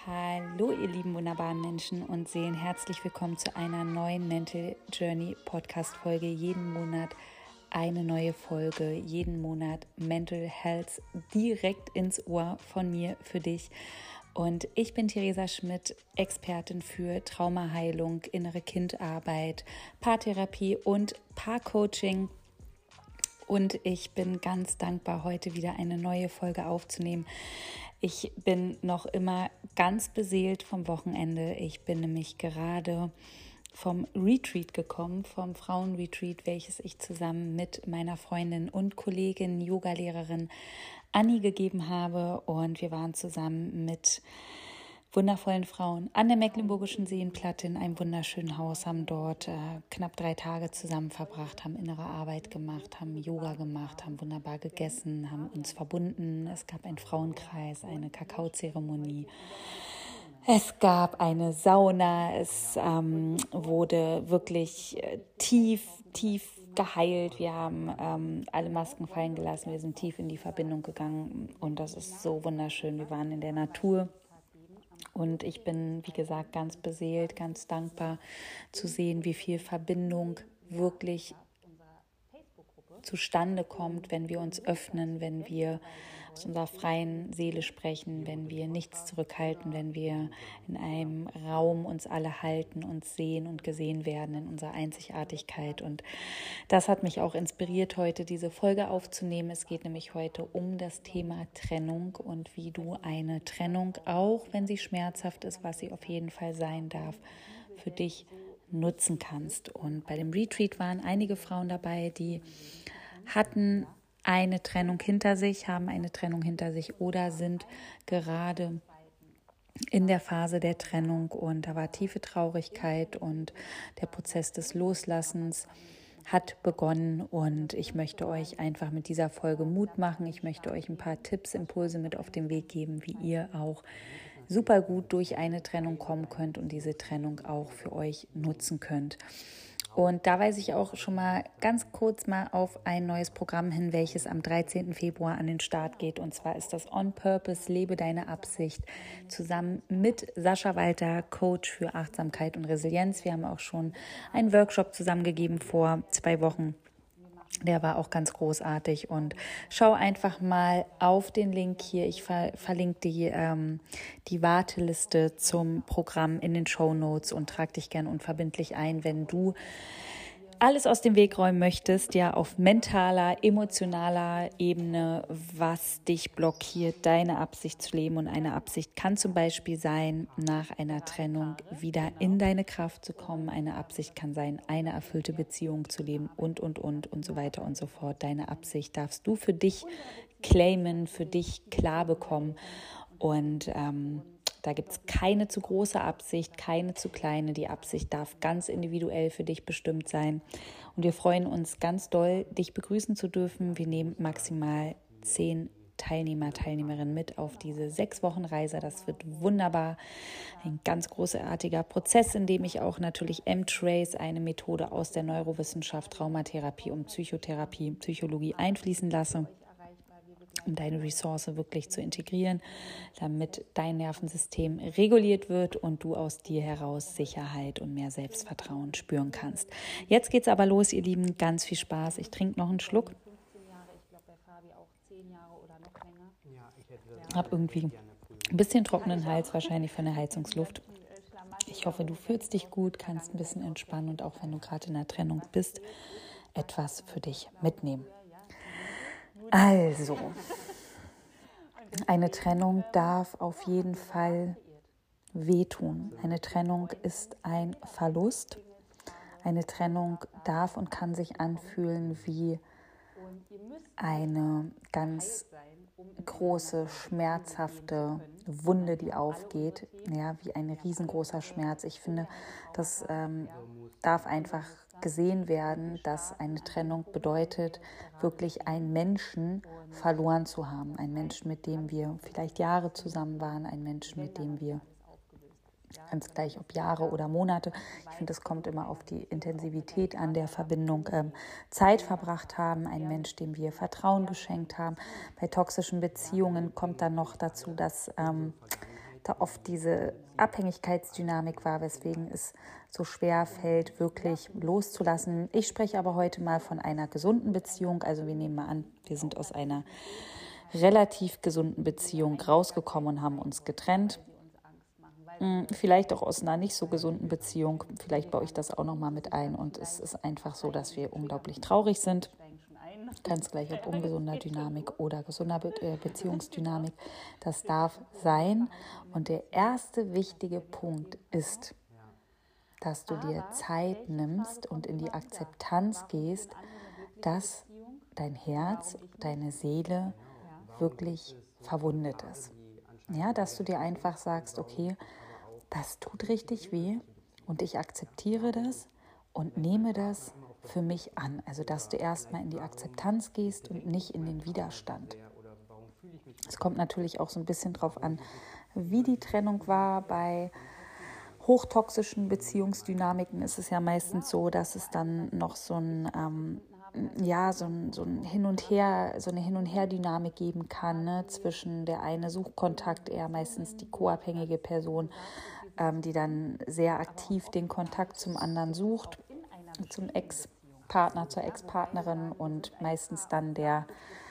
Hallo ihr lieben wunderbaren Menschen und Seelen, herzlich willkommen zu einer neuen Mental Journey Podcast Folge. Jeden Monat eine neue Folge, jeden Monat Mental Health direkt ins Ohr von mir für dich. Und ich bin Theresa Schmidt, Expertin für Traumaheilung, innere Kindarbeit, Paartherapie und Paarcoaching. Und ich bin ganz dankbar, heute wieder eine neue Folge aufzunehmen. Ich bin noch immer ganz beseelt vom Wochenende. Ich bin nämlich gerade vom Retreat gekommen, vom Frauenretreat, welches ich zusammen mit meiner Freundin und Kollegin, Yogalehrerin Anni gegeben habe. Und wir waren zusammen mit wundervollen Frauen an der Mecklenburgischen Seenplatte in einem wunderschönen Haus, haben dort knapp 3 Tage zusammen verbracht, haben innere Arbeit gemacht, haben Yoga gemacht, haben wunderbar gegessen, haben uns verbunden. Es gab einen Frauenkreis, eine Kakaozeremonie. Es gab eine Sauna, es wurde wirklich tief geheilt. Wir haben alle Masken fallen gelassen, wir sind tief in die Verbindung gegangen und das ist so wunderschön. Wir waren in der Natur. Und ich bin, wie gesagt, ganz beseelt, ganz dankbar zu sehen, wie viel Verbindung wirklich zustande kommt, wenn wir uns öffnen, wenn wir aus unserer freien Seele sprechen, wenn wir nichts zurückhalten, wenn wir in einem Raum uns alle halten, uns sehen und gesehen werden in unserer Einzigartigkeit. Und das hat mich auch inspiriert, heute diese Folge aufzunehmen. Es geht nämlich heute um das Thema Trennung und wie du eine Trennung, auch wenn sie schmerzhaft ist, was sie auf jeden Fall sein darf, für dich nutzen kannst. Und bei dem Retreat waren einige Frauen dabei, die hatten eine Trennung hinter sich, haben eine Trennung hinter sich oder sind gerade in der Phase der Trennung und da war tiefe Traurigkeit und der Prozess des Loslassens hat begonnen und ich möchte euch einfach mit dieser Folge Mut machen. Ich möchte euch ein paar Tipps, Impulse mit auf den Weg geben, wie ihr auch super gut durch eine Trennung kommen könnt und diese Trennung auch für euch nutzen könnt. Und da weise ich auch schon mal ganz kurz mal auf ein neues Programm hin, welches am 13. Februar an den Start geht. Und zwar ist das On Purpose, lebe deine Absicht, zusammen mit Sascha Walter, Coach für Achtsamkeit und Resilienz. Wir haben auch schon einen Workshop zusammengegeben vor 2 Wochen. Der war auch ganz großartig und schau einfach mal auf den Link hier. Ich verlinke die Warteliste zum Programm in den Shownotes und trag dich gern unverbindlich ein, wenn du alles aus dem Weg räumen möchtest, ja, auf mentaler, emotionaler Ebene, was dich blockiert, deine Absicht zu leben. Und eine Absicht kann zum Beispiel sein, nach einer Trennung wieder in deine Kraft zu kommen. Eine Absicht kann sein, eine erfüllte Beziehung zu leben und so weiter und so fort. Deine Absicht darfst du für dich claimen, für dich klar bekommen. Und da gibt es keine zu große Absicht, keine zu kleine. Die Absicht darf ganz individuell für dich bestimmt sein. Und wir freuen uns ganz doll, dich begrüßen zu dürfen. Wir nehmen maximal 10 Teilnehmer, Teilnehmerinnen mit auf diese 6-Wochen-Reise. Das wird wunderbar. Ein ganz großartiger Prozess, in dem ich auch natürlich M-Trace, eine Methode aus der Neurowissenschaft, Traumatherapie und Psychotherapie, Psychologie einfließen lasse, um deine Ressource wirklich zu integrieren, damit dein Nervensystem reguliert wird und du aus dir heraus Sicherheit und mehr Selbstvertrauen spüren kannst. Jetzt geht's aber los, ihr Lieben. Ganz viel Spaß. Ich trinke noch einen Schluck. Hab irgendwie ein bisschen trockenen Hals, wahrscheinlich von der Heizungsluft. Ich hoffe, du fühlst dich gut, kannst ein bisschen entspannen und auch wenn du gerade in der Trennung bist, etwas für dich mitnehmen. Also, eine Trennung darf auf jeden Fall wehtun. Eine Trennung ist ein Verlust. Eine Trennung darf und kann sich anfühlen wie eine ganz große, schmerzhafte Wunde, die aufgeht, ja, wie ein riesengroßer Schmerz. Ich finde, das darf einfach gesehen werden, dass eine Trennung bedeutet, wirklich einen Menschen verloren zu haben. Einen Menschen, mit dem wir vielleicht Jahre zusammen waren, einen Menschen, mit dem wir ganz gleich ob Jahre oder Monate, ich finde, es kommt immer auf die Intensivität an der Verbindung, Zeit verbracht haben, ein Mensch, dem wir Vertrauen geschenkt haben. Bei toxischen Beziehungen kommt dann noch dazu, dass da oft diese Abhängigkeitsdynamik war, weswegen es so schwer fällt, wirklich loszulassen. Ich spreche aber heute mal von einer gesunden Beziehung. Also wir nehmen mal an, wir sind aus einer relativ gesunden Beziehung rausgekommen und haben uns getrennt. Vielleicht auch aus einer nicht so gesunden Beziehung. Vielleicht baue ich das auch nochmal mit ein. Und es ist einfach so, dass wir unglaublich traurig sind. Ganz gleich, ob ungesunder Dynamik oder gesunder Beziehungsdynamik. Das darf sein. Und der erste wichtige Punkt ist, dass du dir Zeit nimmst und in die Akzeptanz gehst, dass dein Herz, deine Seele wirklich verwundet ist. Ja, dass du dir einfach sagst, okay, das tut richtig weh und ich akzeptiere das und nehme das für mich an. Also, dass du erstmal in die Akzeptanz gehst und nicht in den Widerstand. Es kommt natürlich auch so ein bisschen drauf an, wie die Trennung war. Bei hochtoxischen Beziehungsdynamiken ist es ja meistens so, dass es dann noch so ein so ein Hin und Her, so eine Hin- und Her-Dynamik geben kann, ne, zwischen der eine Suchkontakt, eher meistens die co-abhängige Person, die dann sehr aktiv den Kontakt zum anderen sucht, zum Ex-Partner, zur Ex-Partnerin und meistens dann der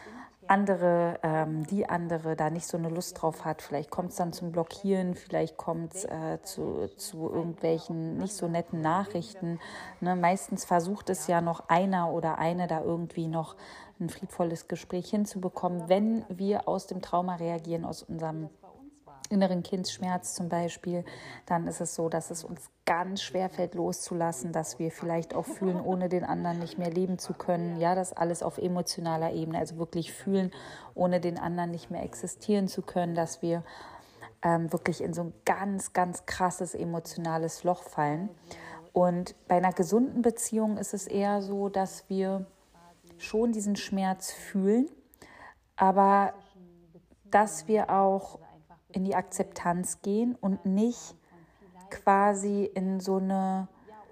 andere, die andere da nicht so eine Lust drauf hat. Vielleicht kommt es dann zum Blockieren, vielleicht kommt es zu irgendwelchen nicht so netten Nachrichten. Ne? Meistens versucht es ja noch einer oder eine da irgendwie noch ein friedvolles Gespräch hinzubekommen, wenn wir aus dem Trauma reagieren, aus unserem inneren Kindsschmerz zum Beispiel, dann ist es so, dass es uns ganz schwer fällt loszulassen, dass wir vielleicht auch fühlen, ohne den anderen nicht mehr leben zu können. Ja, das alles auf emotionaler Ebene, also wirklich fühlen, ohne den anderen nicht mehr existieren zu können, dass wir wirklich in so ein ganz, ganz krasses emotionales Loch fallen. Und bei einer gesunden Beziehung ist es eher so, dass wir schon diesen Schmerz fühlen, aber dass wir auch in die Akzeptanz gehen und nicht quasi in so ein,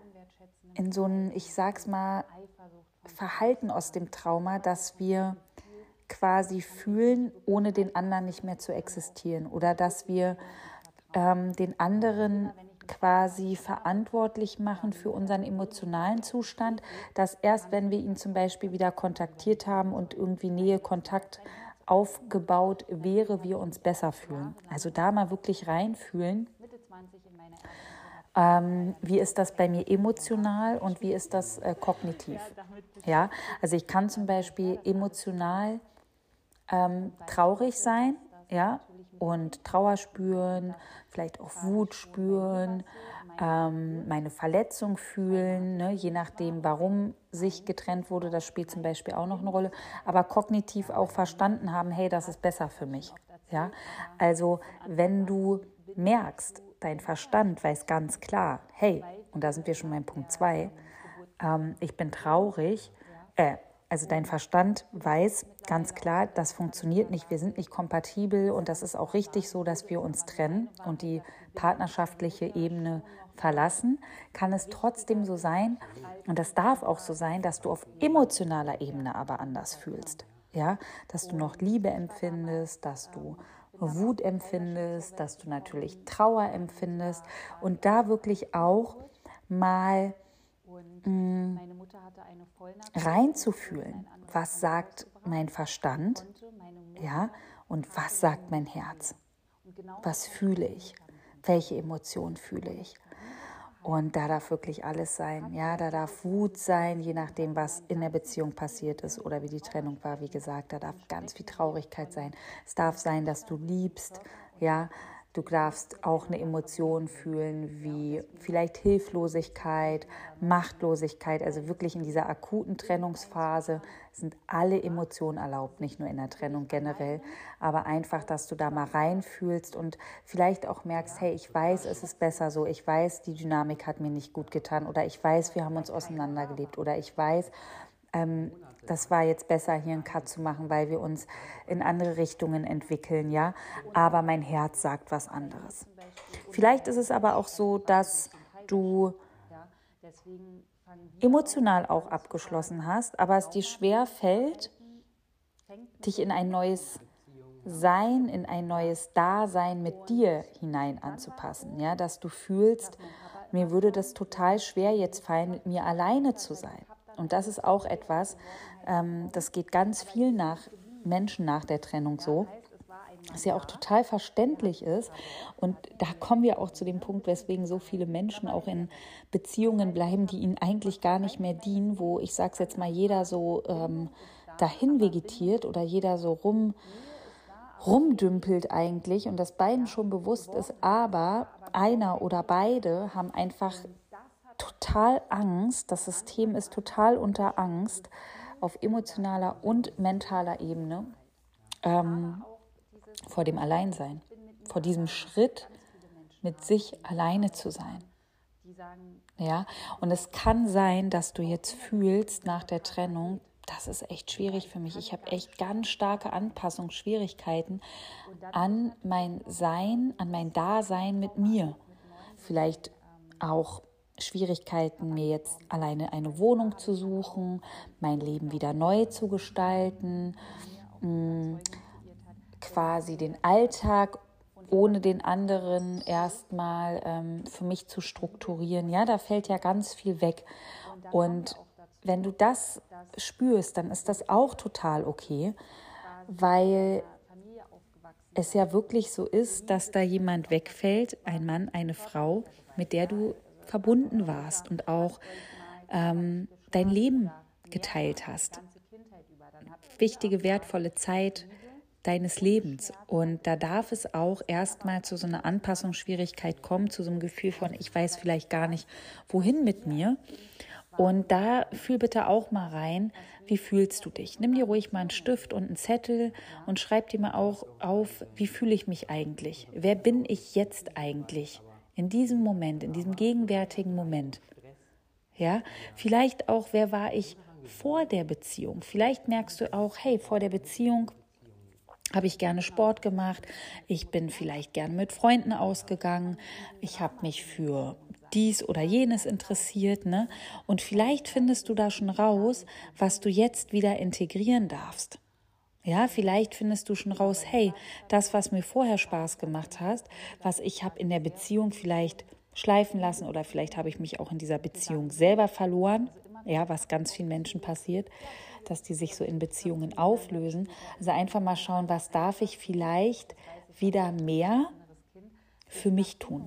ich sag's mal, Verhalten aus dem Trauma, dass wir quasi fühlen, ohne den anderen nicht mehr zu existieren oder dass wir den anderen quasi verantwortlich machen für unseren emotionalen Zustand, dass erst wenn wir ihn zum Beispiel wieder kontaktiert haben und irgendwie Nähe, Kontakt aufgebaut wäre, wir uns besser fühlen. Also da mal wirklich reinfühlen, wie ist das bei mir emotional und wie ist das kognitiv. Ja, also ich kann zum Beispiel emotional traurig sein, ja, und Trauer spüren, vielleicht auch Wut spüren, meine Verletzung fühlen, ne, je nachdem, warum sich getrennt wurde, das spielt zum Beispiel auch noch eine Rolle, aber kognitiv auch verstanden haben, hey, das ist besser für mich. Ja, also wenn du merkst, dein Verstand weiß ganz klar, hey, und da sind wir schon beim Punkt 2, ich bin traurig, also dein Verstand weiß ganz klar, das funktioniert nicht, wir sind nicht kompatibel und das ist auch richtig so, dass wir uns trennen und die partnerschaftliche Ebene verlassen, kann es trotzdem so sein, und das darf auch so sein, dass du auf emotionaler Ebene aber anders fühlst. Ja, dass du noch Liebe empfindest, dass du Wut empfindest, dass du natürlich Trauer empfindest und da wirklich auch mal reinzufühlen, was sagt mein Verstand, ja, und was sagt mein Herz, was fühle ich, welche Emotionen fühle ich. Und da darf wirklich alles sein, ja, da darf Wut sein, je nachdem, was in der Beziehung passiert ist oder wie die Trennung war, wie gesagt, da darf ganz viel Traurigkeit sein. Es darf sein, dass du liebst, ja, du darfst auch eine Emotion fühlen wie vielleicht Hilflosigkeit, Machtlosigkeit, also wirklich in dieser akuten Trennungsphase sind alle Emotionen erlaubt, nicht nur in der Trennung generell, aber einfach, dass du da mal reinfühlst und vielleicht auch merkst, hey, ich weiß, es ist besser so, ich weiß, die Dynamik hat mir nicht gut getan oder ich weiß, wir haben uns auseinandergelebt oder ich weiß, das war jetzt besser, hier einen Cut zu machen, weil wir uns in andere Richtungen entwickeln, ja. Aber mein Herz sagt was anderes. Vielleicht ist es aber auch so, dass du emotional auch abgeschlossen hast, aber es dir schwer fällt, dich in ein neues Sein in ein neues Dasein mit dir hinein anzupassen. Ja, dass du fühlst, mir würde das total schwer jetzt fallen, mit mir alleine zu sein. Und das ist auch etwas, das geht ganz viel Menschen nach der Trennung so, was ja auch total verständlich ist. Und da kommen wir auch zu dem Punkt, weswegen so viele Menschen auch in Beziehungen bleiben, die ihnen eigentlich gar nicht mehr dienen, wo, ich sage es jetzt mal, jeder so dahin vegetiert oder jeder so rumdümpelt eigentlich und das beiden schon bewusst ist, aber einer oder beide haben einfach total Angst, das System ist total unter Angst auf emotionaler und mentaler Ebene vor dem Alleinsein, vor diesem Schritt, mit sich alleine zu sein. Ja, und es kann sein, dass du jetzt fühlst nach der Trennung, das ist echt schwierig für mich. Ich habe echt ganz starke Anpassungsschwierigkeiten an mein Sein, an mein Dasein mit mir. Vielleicht auch Schwierigkeiten, mir jetzt alleine eine Wohnung zu suchen, mein Leben wieder neu zu gestalten, quasi den Alltag ohne den anderen erstmal für mich zu strukturieren. Ja, da fällt ja ganz viel weg. Und wenn du das spürst, dann ist das auch total okay, weil es ja wirklich so ist, dass da jemand wegfällt, ein Mann, eine Frau, mit der du verbunden warst und auch dein Leben geteilt hast. Wichtige, wertvolle Zeit deines Lebens. Und da darf es auch erstmal zu so einer Anpassungsschwierigkeit kommen, zu so einem Gefühl von, ich weiß vielleicht gar nicht, wohin mit mir. Und da fühl bitte auch mal rein, wie fühlst du dich? Nimm dir ruhig mal einen Stift und einen Zettel und schreib dir mal auch auf, wie fühle ich mich eigentlich? Wer bin ich jetzt eigentlich? In diesem Moment, in diesem gegenwärtigen Moment. Ja, vielleicht auch, wer war ich vor der Beziehung? Vielleicht merkst du auch, hey, vor der Beziehung habe ich gerne Sport gemacht, ich bin vielleicht gerne mit Freunden ausgegangen, ich habe mich für dies oder jenes interessiert, ne? Und vielleicht findest du da schon raus, was du jetzt wieder integrieren darfst. Ja, vielleicht findest du schon raus, hey, das, was mir vorher Spaß gemacht hat, was ich habe in der Beziehung vielleicht schleifen lassen oder vielleicht habe ich mich auch in dieser Beziehung selber verloren, ja, was ganz vielen Menschen passiert, dass die sich so in Beziehungen auflösen. Also einfach mal schauen, was darf ich vielleicht wieder mehr für mich tun.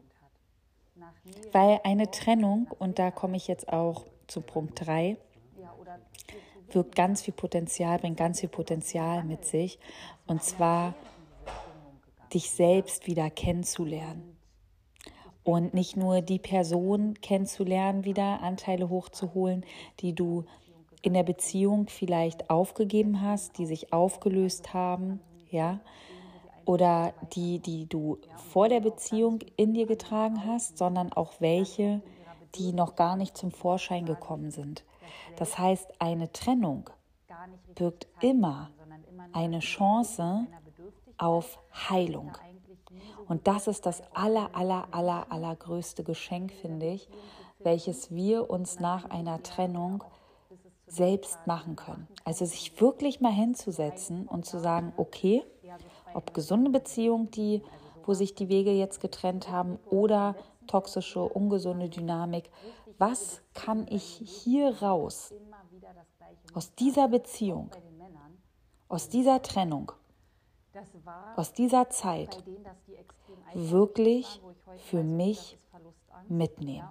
Weil eine Trennung, und da komme ich jetzt auch zu Punkt 3, wirkt ganz viel Potenzial, bringt ganz viel Potenzial mit sich. Und zwar dich selbst wieder kennenzulernen. Und nicht nur die Person kennenzulernen, wieder Anteile hochzuholen, die du in der Beziehung vielleicht aufgegeben hast, die sich aufgelöst haben, ja, oder die du vor der Beziehung in dir getragen hast, sondern auch welche, die noch gar nicht zum Vorschein gekommen sind. Das heißt, eine Trennung birgt immer eine Chance auf Heilung. Und das ist das allergrößte Geschenk, finde ich, welches wir uns nach einer Trennung selbst machen können. Also sich wirklich mal hinzusetzen und zu sagen, okay, ob gesunde Beziehung, wo sich die Wege jetzt getrennt haben, oder toxische, ungesunde Dynamik, was kann ich hier raus, aus dieser Beziehung, aus dieser Trennung, aus dieser Zeit wirklich für mich mitnehmen.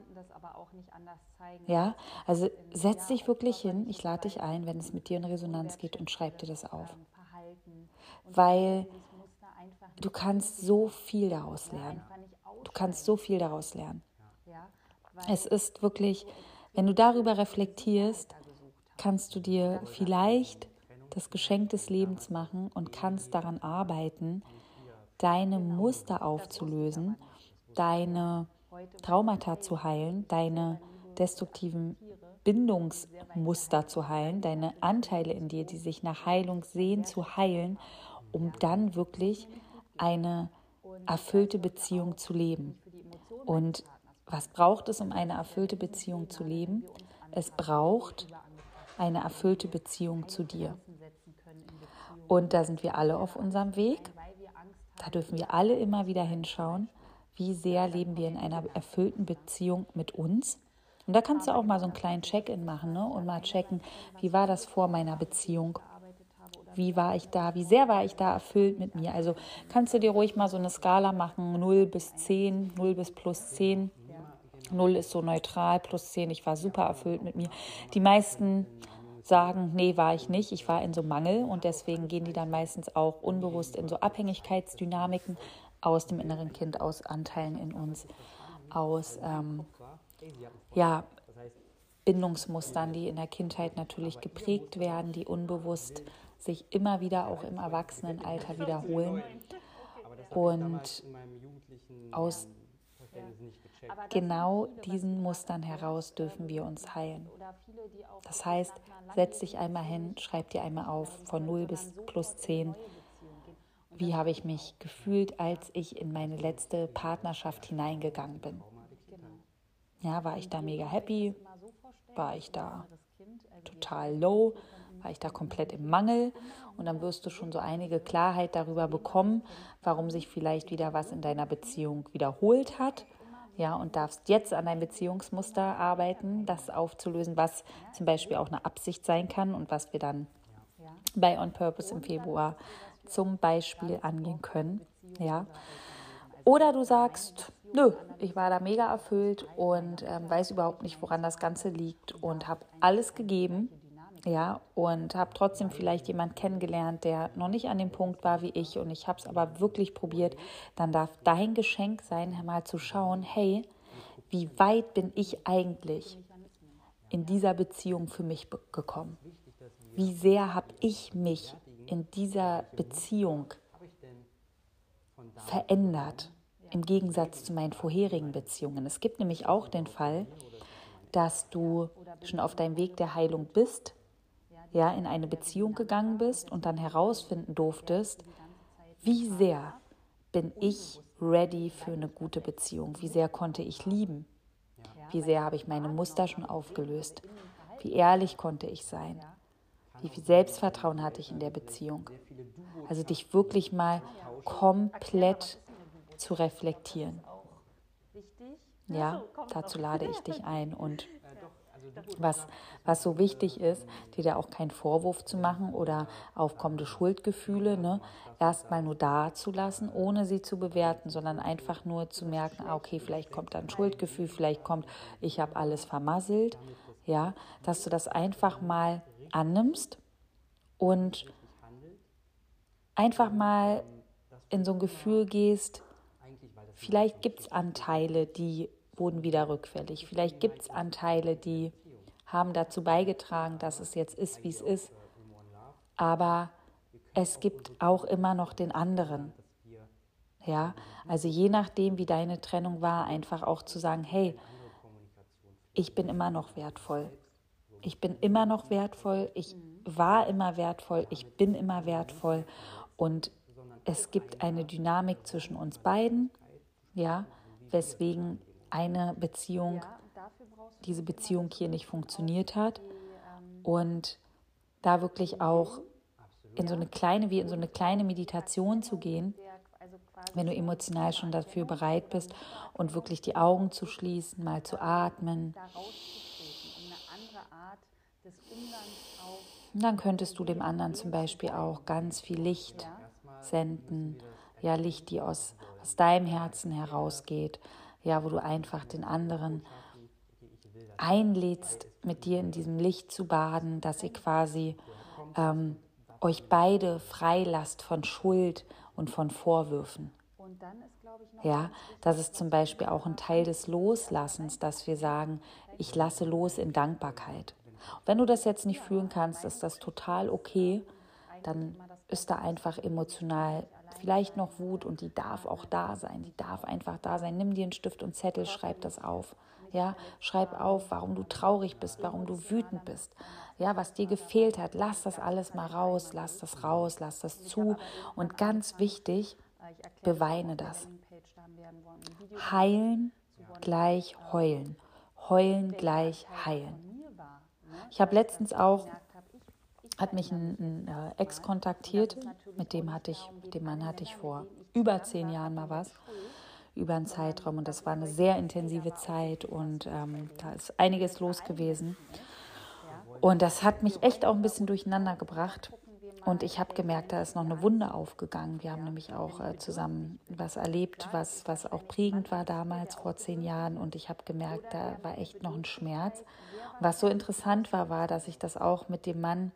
Ja, also setz dich wirklich hin, ich lade dich ein, wenn es mit dir in Resonanz geht, und schreib dir das auf. Weil du kannst so viel daraus lernen. Du kannst so viel daraus lernen. Es ist wirklich, wenn du darüber reflektierst, kannst du dir vielleicht das Geschenk des Lebens machen und kannst daran arbeiten, deine Muster aufzulösen, deine Traumata zu heilen, deine destruktiven Bindungsmuster zu heilen, deine Anteile in dir, die sich nach Heilung sehen, zu heilen, um dann wirklich eine erfüllte Beziehung zu leben. Und was braucht es, um eine erfüllte Beziehung zu leben? Es braucht eine erfüllte Beziehung zu dir. Und da sind wir alle auf unserem Weg. Da dürfen wir alle immer wieder hinschauen, wie sehr leben wir in einer erfüllten Beziehung mit uns. Und da kannst du auch mal so einen kleinen Check-in machen, ne? Und mal checken, wie war das vor meiner Beziehung? Wie war ich da? Wie sehr war ich da erfüllt mit mir? Also kannst du dir ruhig mal so eine Skala machen, 0 bis 10, 0 bis plus 10. 0 ist so neutral, plus 10, ich war super erfüllt mit mir. Die meisten sagen, nee, war ich nicht, ich war in so Mangel und deswegen gehen die dann meistens auch unbewusst in so Abhängigkeitsdynamiken aus dem inneren Kind, aus Anteilen in uns, aus Bindungsmustern, die in der Kindheit natürlich geprägt werden, die unbewusst sich immer wieder auch im Erwachsenenalter wiederholen. Und aus genau diesen Mustern heraus dürfen wir uns heilen. Das heißt, setz dich einmal hin, schreib dir einmal auf, von 0 bis plus 10, wie habe ich mich gefühlt, als ich in meine letzte Partnerschaft hineingegangen bin. Ja, war ich da mega happy? War ich da total low? War ich da komplett im Mangel? Und dann wirst du schon so einige Klarheit darüber bekommen, warum sich vielleicht wieder was in deiner Beziehung wiederholt hat. Ja, und darfst jetzt an deinem Beziehungsmuster arbeiten, das aufzulösen, was zum Beispiel auch eine Absicht sein kann und was wir dann bei On Purpose im Februar zum Beispiel angehen können. Ja. Oder du sagst, nö, ich war da mega erfüllt und weiß überhaupt nicht, woran das Ganze liegt und habe alles gegeben, ja, und habe trotzdem vielleicht jemand kennengelernt, der noch nicht an dem Punkt war wie ich und ich habe es aber wirklich probiert. Dann darf dein Geschenk sein, mal zu schauen, hey, wie weit bin ich eigentlich in dieser Beziehung für mich gekommen? Wie sehr habe ich mich in dieser Beziehung verändert im Gegensatz zu meinen vorherigen Beziehungen? Es gibt nämlich auch den Fall, dass du schon auf deinem Weg der Heilung bist, ja, in eine Beziehung gegangen bist und dann herausfinden durftest, wie sehr bin ich ready für eine gute Beziehung, wie sehr konnte ich lieben, wie sehr habe ich meine Muster schon aufgelöst, wie ehrlich konnte ich sein, wie viel Selbstvertrauen hatte ich in der Beziehung. Also dich wirklich mal komplett zu reflektieren. Ja, dazu lade ich dich ein. Und was so wichtig ist, dir da auch keinen Vorwurf zu machen oder aufkommende Schuldgefühle, ne, erstmal nur da zu lassen, ohne sie zu bewerten, sondern einfach nur zu merken, okay, vielleicht kommt da ein Schuldgefühl, vielleicht kommt, ich habe alles vermasselt, ja, dass du das einfach mal annimmst und einfach mal in so ein Gefühl gehst, vielleicht gibt es Anteile, die wurden wieder rückfällig. Vielleicht gibt es Anteile, die haben dazu beigetragen, dass es jetzt ist, wie es ist. Aber es gibt auch immer noch den anderen. Ja, also je nachdem, wie deine Trennung war, einfach auch zu sagen, hey, ich bin immer noch wertvoll. Ich bin immer noch wertvoll, ich war immer wertvoll, ich bin immer wertvoll und es gibt eine Dynamik zwischen uns beiden, ja, weswegen diese Beziehung hier nicht funktioniert hat und da wirklich auch in so eine kleine Meditation zu gehen, wenn du emotional schon dafür bereit bist und wirklich die Augen zu schließen, mal zu atmen. Und dann könntest du dem anderen zum Beispiel auch ganz viel Licht senden, ja, Licht, die aus deinem Herzen herausgeht, ja, wo du einfach den anderen einlädst, mit dir in diesem Licht zu baden, dass ihr quasi euch beide frei lasst von Schuld und von Vorwürfen. Ja, das ist zum Beispiel auch ein Teil des Loslassens, dass wir sagen, ich lasse los in Dankbarkeit. Wenn du das jetzt nicht fühlen kannst, ist das total okay, dann ist da einfach emotional vielleicht noch Wut und die darf auch da sein, die darf einfach da sein. Nimm dir einen Stift und Zettel, schreib das auf. Ja, schreib auf, warum du traurig bist, warum du wütend bist, ja, was dir gefehlt hat. Lass das alles mal raus, lass das zu. Und ganz wichtig, beweine das. Heilen gleich heulen. Heulen gleich heilen. Ich habe letztens auch hat mich ein Ex kontaktiert, mit dem Mann hatte ich vor über 10 Jahren mal was, über einen Zeitraum, und das war eine sehr intensive Zeit, und da ist einiges los gewesen, und das hat mich echt auch ein bisschen durcheinander gebracht. Und ich habe gemerkt, da ist noch eine Wunde aufgegangen. Wir haben nämlich auch zusammen was erlebt, was auch prägend war damals, vor 10 Jahren. Und ich habe gemerkt, da war echt noch ein Schmerz. Und was so interessant war, dass ich das auch mit dem Mann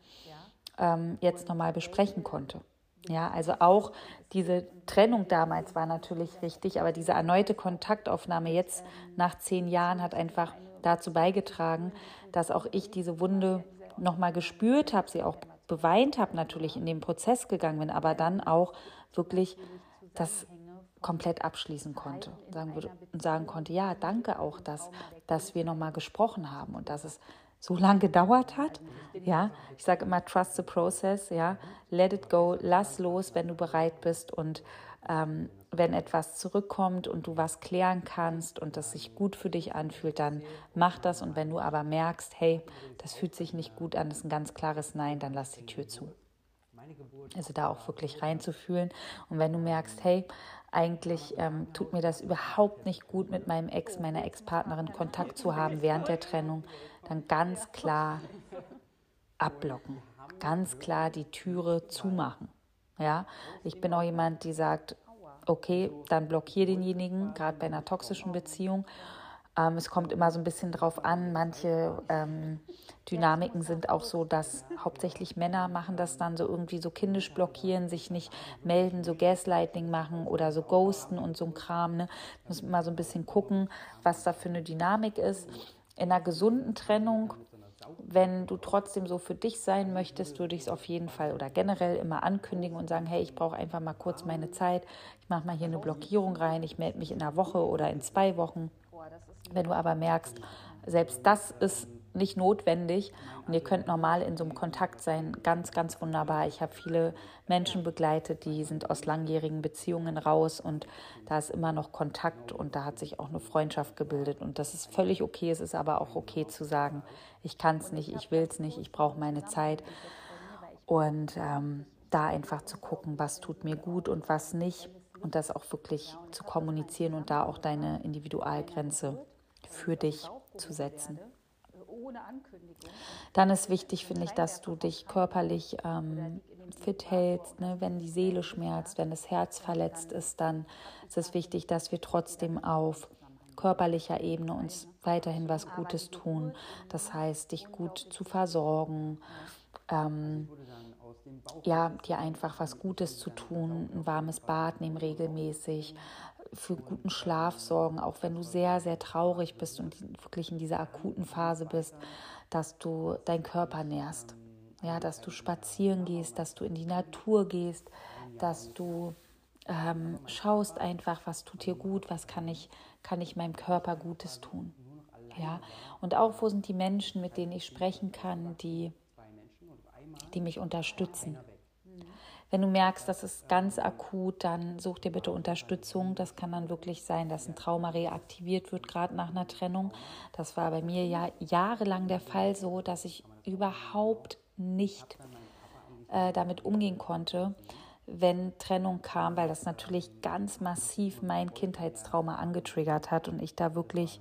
jetzt nochmal besprechen konnte. Ja, also auch diese Trennung damals war natürlich richtig, aber diese erneute Kontaktaufnahme jetzt nach 10 Jahren hat einfach dazu beigetragen, dass auch ich diese Wunde nochmal gespürt habe, sie auch beweint habe, natürlich in den Prozess gegangen bin, aber dann auch wirklich das komplett abschließen konnte. Sagen konnte, ja, danke auch, dass wir nochmal gesprochen haben und dass es so lange gedauert hat. Ja, ich sage immer, trust the process, ja, let it go, lass los, wenn du bereit bist, und wenn etwas zurückkommt und du was klären kannst und das sich gut für dich anfühlt, dann mach das. Und wenn du aber merkst, hey, das fühlt sich nicht gut an, das ist ein ganz klares Nein, dann lass die Tür zu. Also da auch wirklich reinzufühlen. Und wenn du merkst, hey, eigentlich tut mir das überhaupt nicht gut, mit meinem Ex, meiner Ex-Partnerin Kontakt zu haben während der Trennung, dann ganz klar abblocken, ganz klar die Türe zumachen. Ja, ich bin auch jemand, die sagt, okay, dann blockier denjenigen, gerade bei einer toxischen Beziehung. Es kommt immer so ein bisschen drauf an, manche Dynamiken sind auch so, dass hauptsächlich Männer machen das dann so irgendwie so kindisch blockieren, sich nicht melden, so Gaslighting machen oder so ghosten und so ein Kram. Ne? Muss immer so ein bisschen gucken, was da für eine Dynamik ist. In einer gesunden Trennung, wenn du trotzdem so für dich sein möchtest, würde ich es auf jeden Fall oder generell immer ankündigen und sagen, hey, ich brauche einfach mal kurz meine Zeit, ich mache mal hier eine Blockierung rein, ich melde mich in einer Woche oder in 2 Wochen. Wenn du aber merkst, selbst das ist nicht notwendig und ihr könnt normal in so einem Kontakt sein, ganz, ganz wunderbar. Ich habe viele Menschen begleitet, die sind aus langjährigen Beziehungen raus und da ist immer noch Kontakt und da hat sich auch eine Freundschaft gebildet und das ist völlig okay. Es ist aber auch okay zu sagen, ich kann es nicht, ich will es nicht, ich brauche meine Zeit und da einfach zu gucken, was tut mir gut und was nicht und das auch wirklich zu kommunizieren und da auch deine Individualgrenze für dich zu setzen. Dann ist wichtig, finde ich, dass du dich körperlich fit hältst. Ne? Wenn die Seele schmerzt, wenn das Herz verletzt ist, dann ist es wichtig, dass wir trotzdem auf körperlicher Ebene uns weiterhin was Gutes tun. Das heißt, dich gut zu versorgen, ja, dir einfach was Gutes zu tun, ein warmes Bad nehmen regelmäßig, für guten Schlaf sorgen, auch wenn du sehr, sehr traurig bist und wirklich in dieser akuten Phase bist, dass du deinen Körper nährst. Ja, dass du spazieren gehst, dass du in die Natur gehst, dass du schaust einfach, was tut dir gut, was kann ich meinem Körper Gutes tun. Ja, und auch, wo sind die Menschen, mit denen ich sprechen kann, die mich unterstützen. Wenn du merkst, das ist ganz akut, dann such dir bitte Unterstützung. Das kann dann wirklich sein, dass ein Trauma reaktiviert wird, gerade nach einer Trennung. Das war bei mir ja jahrelang der Fall so, dass ich überhaupt nicht damit umgehen konnte, wenn Trennung kam, weil das natürlich ganz massiv mein Kindheitstrauma angetriggert hat und ich da wirklich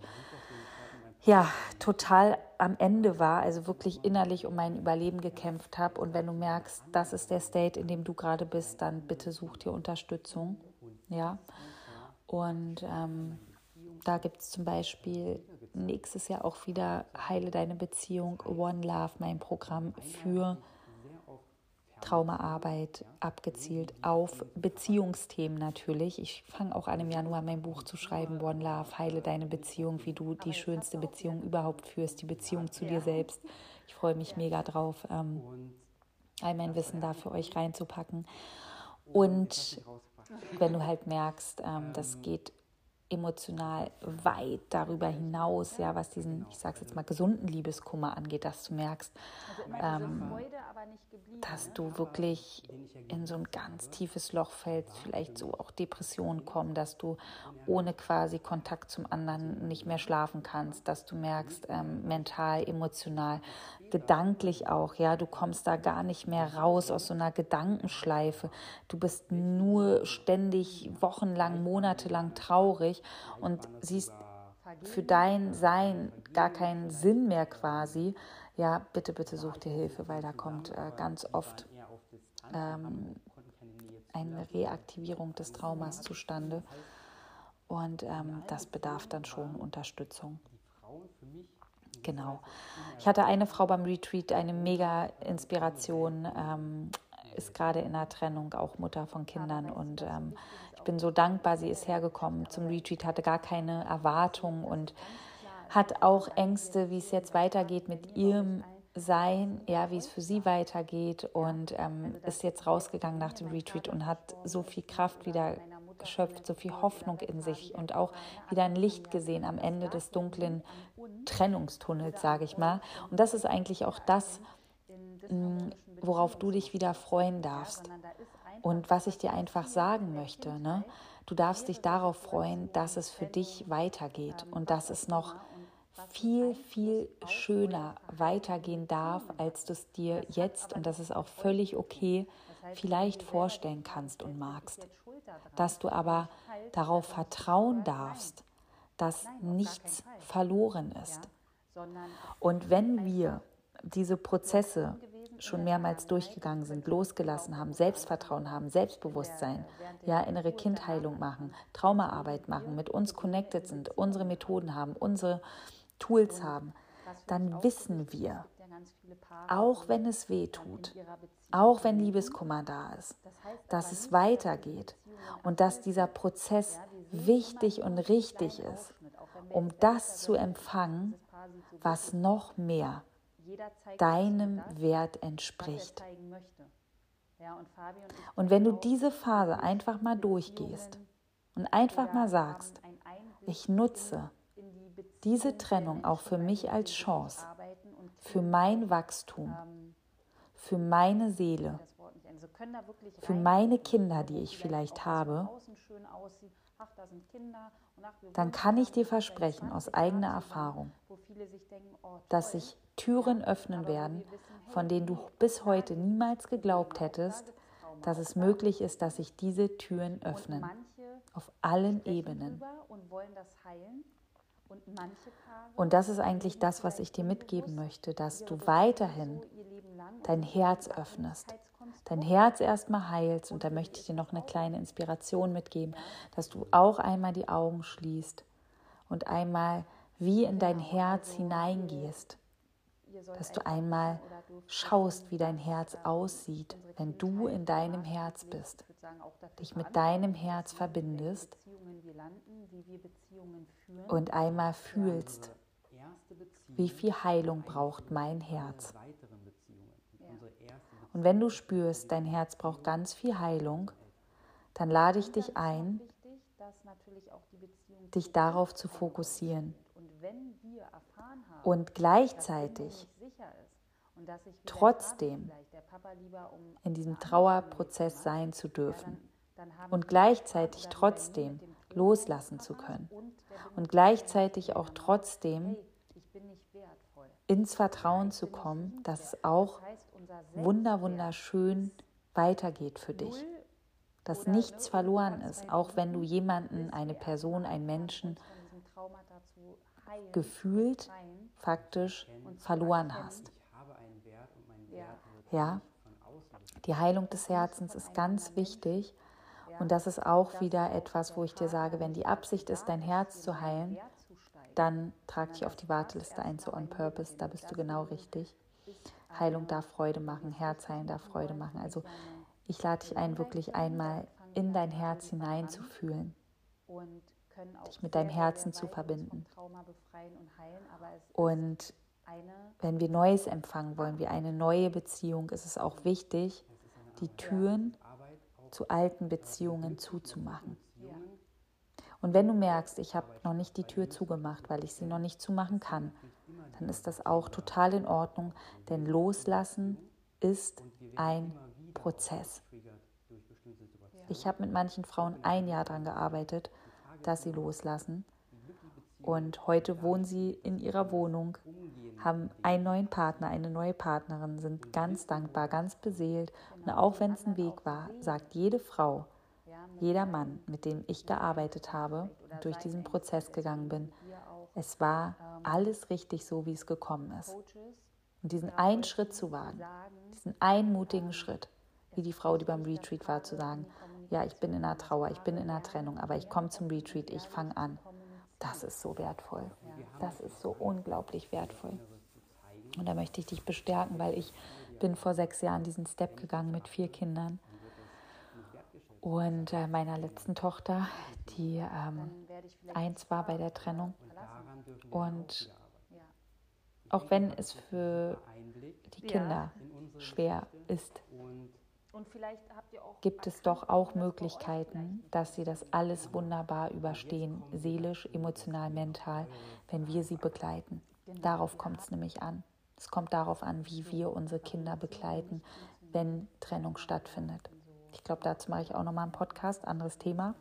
total am Ende war, also wirklich innerlich um mein Überleben gekämpft habe. Und wenn du merkst, das ist der State, in dem du gerade bist, dann bitte such dir Unterstützung. Ja. Und da gibt es zum Beispiel nächstes Jahr auch wieder Heile deine Beziehung, One Love, mein Programm für Traumaarbeit, abgezielt auf Beziehungsthemen natürlich. Ich fange auch an, im Januar mein Buch zu schreiben, One Love, heile deine Beziehung, wie du die schönste Beziehung überhaupt führst, die Beziehung zu dir selbst. Ich freue mich mega drauf, all mein Wissen da für euch reinzupacken. Und wenn du halt merkst, das geht emotional weit darüber hinaus, ja, was diesen, ich sag's jetzt mal, gesunden Liebeskummer angeht, dass du merkst, dass du wirklich in so ein ganz tiefes Loch fällst, vielleicht so auch Depressionen kommen, dass du ohne quasi Kontakt zum anderen nicht mehr schlafen kannst, dass du merkst, mental, emotional, gedanklich auch, ja, du kommst da gar nicht mehr raus aus so einer Gedankenschleife. Du bist nur ständig wochenlang, monatelang traurig und siehst für dein Sein gar keinen Sinn mehr quasi. Ja, bitte, bitte such dir Hilfe, weil da kommt ganz oft eine Reaktivierung des Traumas zustande und das bedarf dann schon Unterstützung. Genau. Ich hatte eine Frau beim Retreat, eine mega Inspiration, ist gerade in einer Trennung, auch Mutter von Kindern und ich bin so dankbar, sie ist hergekommen zum Retreat, hatte gar keine Erwartung und hat auch Ängste, wie es jetzt weitergeht mit ihrem Sein, ja, wie es für sie weitergeht und ist jetzt rausgegangen nach dem Retreat und hat so viel Kraft wieder geschöpft, so viel Hoffnung in sich und auch wieder ein Licht gesehen am Ende des dunklen Trennungstunnels, sage ich mal. Und das ist eigentlich auch das, worauf du dich wieder freuen darfst. Und was ich dir einfach sagen möchte, ne? Du darfst dich darauf freuen, dass es für dich weitergeht und dass es noch viel, viel schöner weitergehen darf, als du es dir jetzt, und das ist auch völlig okay, vielleicht vorstellen kannst und magst. Dass du aber darauf vertrauen darfst, dass nichts verloren ist. Und wenn wir diese Prozesse schon mehrmals durchgegangen sind, losgelassen haben, Selbstvertrauen haben, Selbstbewusstsein, ja, innere Kindheilung machen, Traumaarbeit machen, mit uns connected sind, unsere Methoden haben, unsere Tools haben, dann wissen wir, auch wenn es weh tut, auch wenn Liebeskummer da ist, dass es weitergeht und dass dieser Prozess wichtig und richtig ist, um das zu empfangen, was noch mehr deinem Wert entspricht. Und wenn du diese Phase einfach mal durchgehst und einfach mal sagst, ich nutze diese Trennung auch für mich als Chance, für mein Wachstum, für meine Seele, für meine Kinder, die ich vielleicht habe, dann kann ich dir versprechen, aus eigener Erfahrung, dass sich Türen öffnen werden, von denen du bis heute niemals geglaubt hättest, dass es möglich ist, dass sich diese Türen öffnen. Auf allen Ebenen. Und das ist eigentlich das, was ich dir mitgeben möchte, dass du weiterhin dein Herz öffnest, dein Herz erstmal heilst. Und da möchte ich dir noch eine kleine Inspiration mitgeben, dass du auch einmal die Augen schließt und einmal wie in dein Herz hineingehst, dass du einmal schaust, wie dein Herz aussieht, wenn du in deinem Herz bist, dich mit deinem Herz verbindest und einmal fühlst, wie viel Heilung braucht mein Herz. Und wenn du spürst, dein Herz braucht ganz viel Heilung, dann lade ich dich ein, dich darauf zu fokussieren und gleichzeitig trotzdem in diesem Trauerprozess sein zu dürfen und gleichzeitig trotzdem loslassen zu können und gleichzeitig auch trotzdem ins Vertrauen zu kommen, dass es auch wunderschön weitergeht für dich, dass nichts verloren ist, auch wenn du jemanden, eine Person, einen Menschen gefühlt, faktisch verloren hast. Ja, die Heilung des Herzens ist ganz wichtig und das ist auch wieder etwas, wo ich dir sage, wenn die Absicht ist, dein Herz zu heilen, dann trag dich auf die Warteliste ein zu On Purpose, da bist du genau richtig. Heilung darf Freude machen, Herzheilen darf Freude machen. Also ich lade dich ein, wirklich einmal in dein Herz hineinzufühlen, dich mit deinem Herzen zu verbinden. Und wenn wir Neues empfangen wollen, wie eine neue Beziehung, ist es auch wichtig, die Türen zu alten Beziehungen zuzumachen. Und wenn du merkst, ich habe noch nicht die Tür zugemacht, weil ich sie noch nicht zumachen kann, dann ist das auch total in Ordnung, denn Loslassen ist ein Prozess. Ich habe mit manchen Frauen 1 Jahr daran gearbeitet, dass sie loslassen. Und heute wohnen sie in ihrer Wohnung, haben einen neuen Partner, eine neue Partnerin, sind ganz dankbar, ganz beseelt. Und auch wenn es ein Weg war, sagt jede Frau, jeder Mann, mit dem ich gearbeitet habe und durch diesen Prozess gegangen bin, es war alles richtig so, wie es gekommen ist. Und diesen einen Schritt zu wagen, diesen einen mutigen Schritt, wie die Frau, die beim Retreat war, zu sagen, ja, ich bin in einer Trauer, ich bin in einer Trennung, aber ich komme zum Retreat, ich fange an. Das ist so wertvoll. Das ist so unglaublich wertvoll. Und da möchte ich dich bestärken, weil ich bin vor 6 Jahren diesen Step gegangen mit 4 Kindern. Und meiner letzten Tochter, die 1 war bei der Trennung. Und auch wenn es für die Kinder schwer ist, gibt es doch auch Möglichkeiten, dass sie das alles wunderbar überstehen, seelisch, emotional, mental, wenn wir sie begleiten. Darauf kommt es nämlich an. Es kommt darauf an, wie wir unsere Kinder begleiten, wenn Trennung stattfindet. Ich glaube, dazu mache ich auch nochmal einen Podcast, anderes Thema.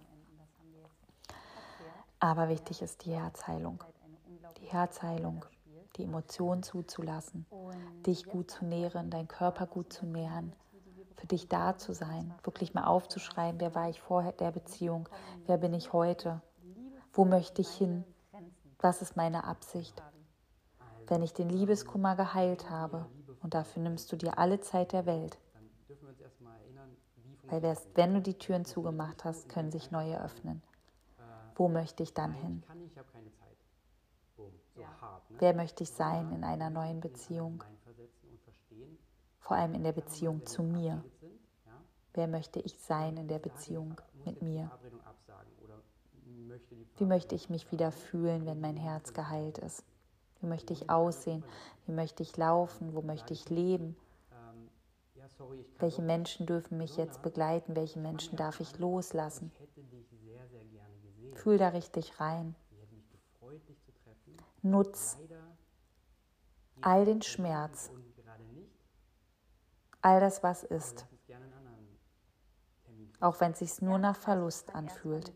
Aber wichtig ist die Herzheilung. Die Herzheilung, die Emotionen zuzulassen, dich gut zu nähren, deinen Körper gut zu nähren, für dich da zu sein, wirklich mal aufzuschreiben, wer war ich vor der Beziehung, wer bin ich heute, wo möchte ich hin, was ist meine Absicht. Wenn ich den Liebeskummer geheilt habe, und dafür nimmst du dir alle Zeit der Welt, weil erst wenn du die Türen zugemacht hast, können sich neue öffnen. Wo möchte ich dann hin? Wer möchte ich sein in einer neuen Beziehung? Vor allem in der Beziehung zu mir. Wer möchte ich sein in der Beziehung mit mir? Wie möchte ich mich wieder fühlen, wenn mein Herz geheilt ist? Wie möchte ich aussehen? Wie möchte ich laufen? Wo möchte ich leben? Welche Menschen dürfen mich jetzt begleiten? Welche Menschen darf ich loslassen? Fühl da richtig rein. Nutz all den Schmerz, all das, was ist, auch wenn es sich nur nach Verlust anfühlt.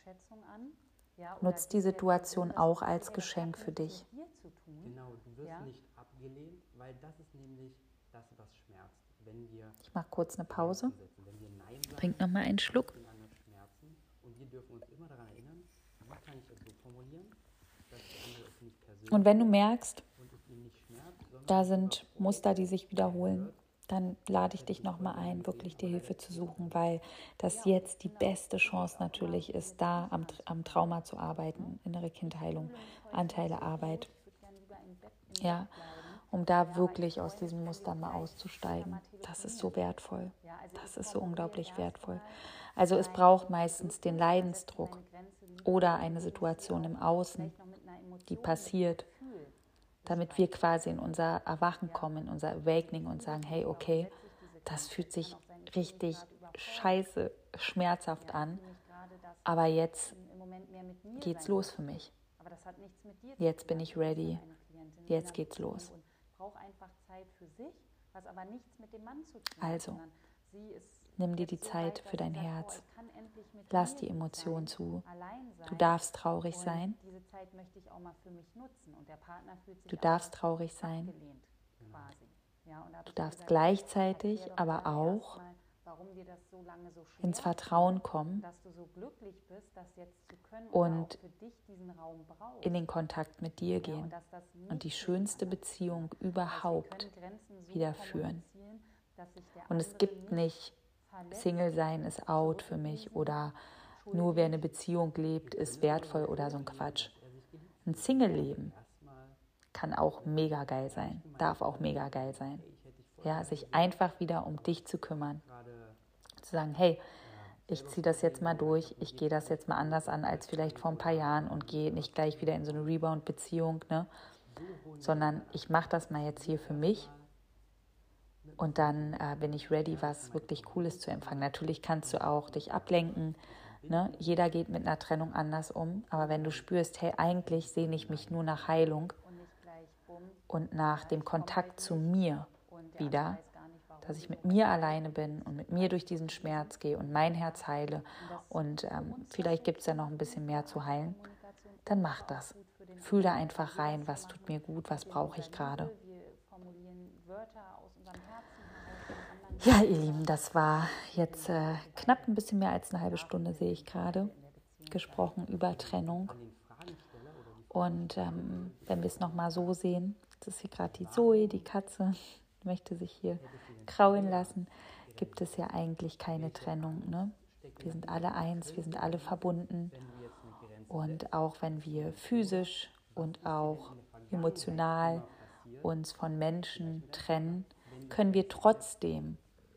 Nutz die Situation auch als Geschenk für dich. Genau, du wirst nicht abgelehnt, weil das ist nämlich das, was schmerzt. Ich mache kurz eine Pause. Trink nochmal einen Schluck. Und wir dürfen uns immer daran erinnern, wie kann ich es so formulieren, dass der andere es nicht persönlich Und wenn du merkst, und es ihm nicht schmerzt, da sind Muster, die sich wiederholen, dann lade ich dich nochmal ein, wirklich dir Hilfe zu suchen, weil das jetzt die beste Chance natürlich ist, da am Trauma zu arbeiten, innere Kindheilung, Anteilearbeit, ja, um da wirklich aus diesem Muster mal auszusteigen. Das ist so wertvoll, das ist so unglaublich wertvoll. Also es braucht meistens den Leidensdruck oder eine Situation im Außen, die passiert, damit wir quasi in unser Erwachen kommen, in unser Awakening und sagen, hey, okay, das fühlt sich richtig scheiße, schmerzhaft an, aber jetzt geht's los für mich. Jetzt bin ich ready, jetzt geht's los. Also, nimm dir die Zeit für dein Herz, lass die Emotionen zu. Du darfst traurig sein. Du darfst traurig sein. Du darfst gleichzeitig aber auch ins Vertrauen kommen und in den Kontakt mit dir gehen und die schönste Beziehung überhaupt wieder führen. Und es gibt nicht, Single sein ist out für mich oder nur wer eine Beziehung lebt, ist wertvoll oder so ein Quatsch. Ein Single-Leben kann auch mega geil sein, darf auch mega geil sein. Ja, sich einfach wieder um dich zu kümmern. Zu sagen, hey, ich ziehe das jetzt mal durch, ich gehe das jetzt mal anders an als vielleicht vor ein paar Jahren und gehe nicht gleich wieder in so eine Rebound-Beziehung, ne? Sondern ich mache das mal jetzt hier für mich und dann bin ich ready, was wirklich Cooles zu empfangen. Natürlich kannst du auch dich ablenken, ne? Jeder geht mit einer Trennung anders um, aber wenn du spürst, hey, eigentlich sehne ich mich nur nach Heilung und nach dem Kontakt zu mir wieder, dass ich mit mir alleine bin und mit mir durch diesen Schmerz gehe und mein Herz heile und vielleicht gibt es ja noch ein bisschen mehr zu heilen, dann mach das. fühl da einfach rein, was tut mir gut, was brauche ich gerade. Ja, ihr Lieben, das war jetzt knapp ein bisschen mehr als eine halbe Stunde, sehe ich gerade, gesprochen über Trennung. Und wenn wir es nochmal so sehen, das ist hier gerade die Zoe, die Katze, möchte sich hier kraulen lassen, gibt es ja eigentlich keine Trennung. Ne? Wir sind alle eins, wir sind alle verbunden. Und auch wenn wir physisch und auch emotional uns von Menschen trennen, können wir trotzdem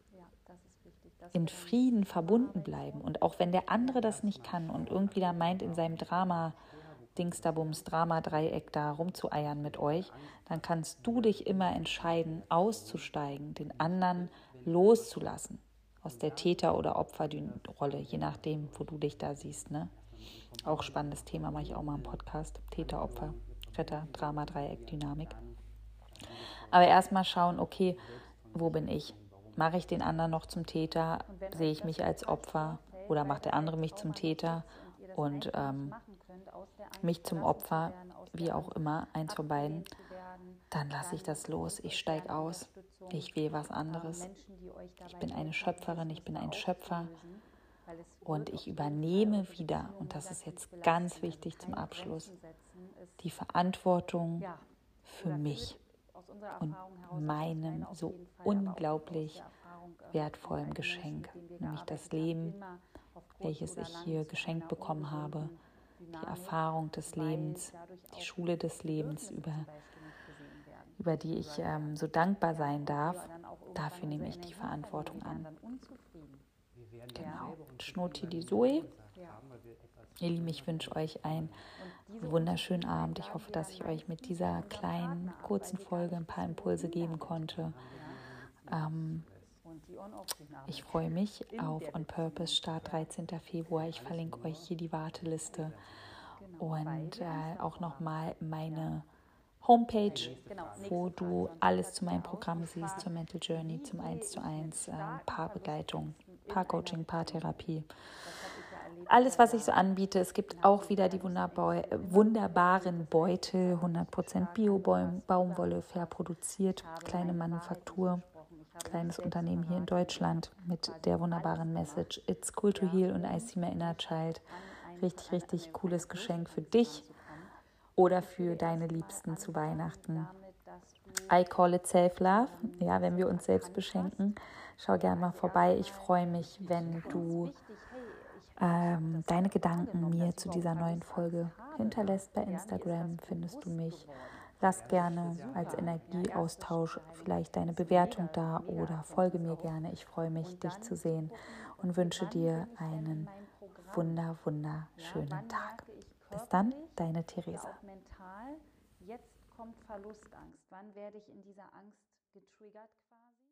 in Frieden verbunden bleiben. Und auch wenn der andere das nicht kann und irgendwie da meint, in seinem Dingsdabums, Drama-Dreieck da rumzueiern mit euch, dann kannst du dich immer entscheiden, auszusteigen, den anderen loszulassen. Aus der Täter- oder Opferrolle, je nachdem, wo du dich da siehst. Ne? Auch spannendes Thema, mache ich auch mal im Podcast. Täter, Opfer, Retter, Drama, Dreieck, Dynamik. Aber erstmal schauen, okay, wo bin ich? Mache ich den anderen noch zum Täter? Sehe ich mich als Opfer? Oder macht der andere mich zum Täter und mich zum Opfer? Wie auch immer, eins von beiden. Dann lasse ich das los. Ich steige aus. Ich will was anderes. Ich bin eine Schöpferin, ich bin ein Schöpfer. Und ich übernehme wieder, und das ist jetzt ganz wichtig zum Abschluss, die Verantwortung für mich und meinem so unglaublich wertvollen Geschenk, nämlich das Leben, welches ich hier geschenkt bekommen habe, die Erfahrung des Lebens, die Schule des Lebens, über die ich so dankbar sein darf. Dafür nehme ich die Verantwortung an. Genau. Schnurti die Zoe. Ihr Lieben, ich wünsche euch einen wunderschönen Abend. Ich hoffe, dass ich euch mit dieser kleinen, kurzen Folge ein paar Impulse geben konnte. Ich freue mich auf On Purpose, Start 13. Februar. Ich verlinke euch hier die Warteliste und auch nochmal meine Homepage, wo du alles zu meinem Programm siehst, zur Mental Journey, zum 1:1, Paarbegleitung, Paarcoaching, Paartherapie. Alles, was ich so anbiete. Es gibt auch wieder die wunderbaren Beutel, 100% Bio-Baumwolle, fair produziert, kleine Manufaktur, kleines Unternehmen hier in Deutschland mit der wunderbaren Message It's cool to heal und I see my inner child. Richtig, richtig cooles Geschenk für dich oder für deine Liebsten zu Weihnachten. I call it self-love, ja, wenn wir uns selbst beschenken. Schau gerne mal vorbei. Ich freue mich, wenn du deine Gedanken mir zu dieser neuen Folge hinterlässt. Bei Instagram findest du mich. Lass gerne als Energieaustausch vielleicht deine Bewertung da oder folge mir gerne. Ich freue mich, dich zu sehen und wünsche dir einen wunderschönen Tag. Bis dann, deine Theresa. Jetzt kommt Verlustangst. Wann werde ich in dieser Angst getriggert quasi?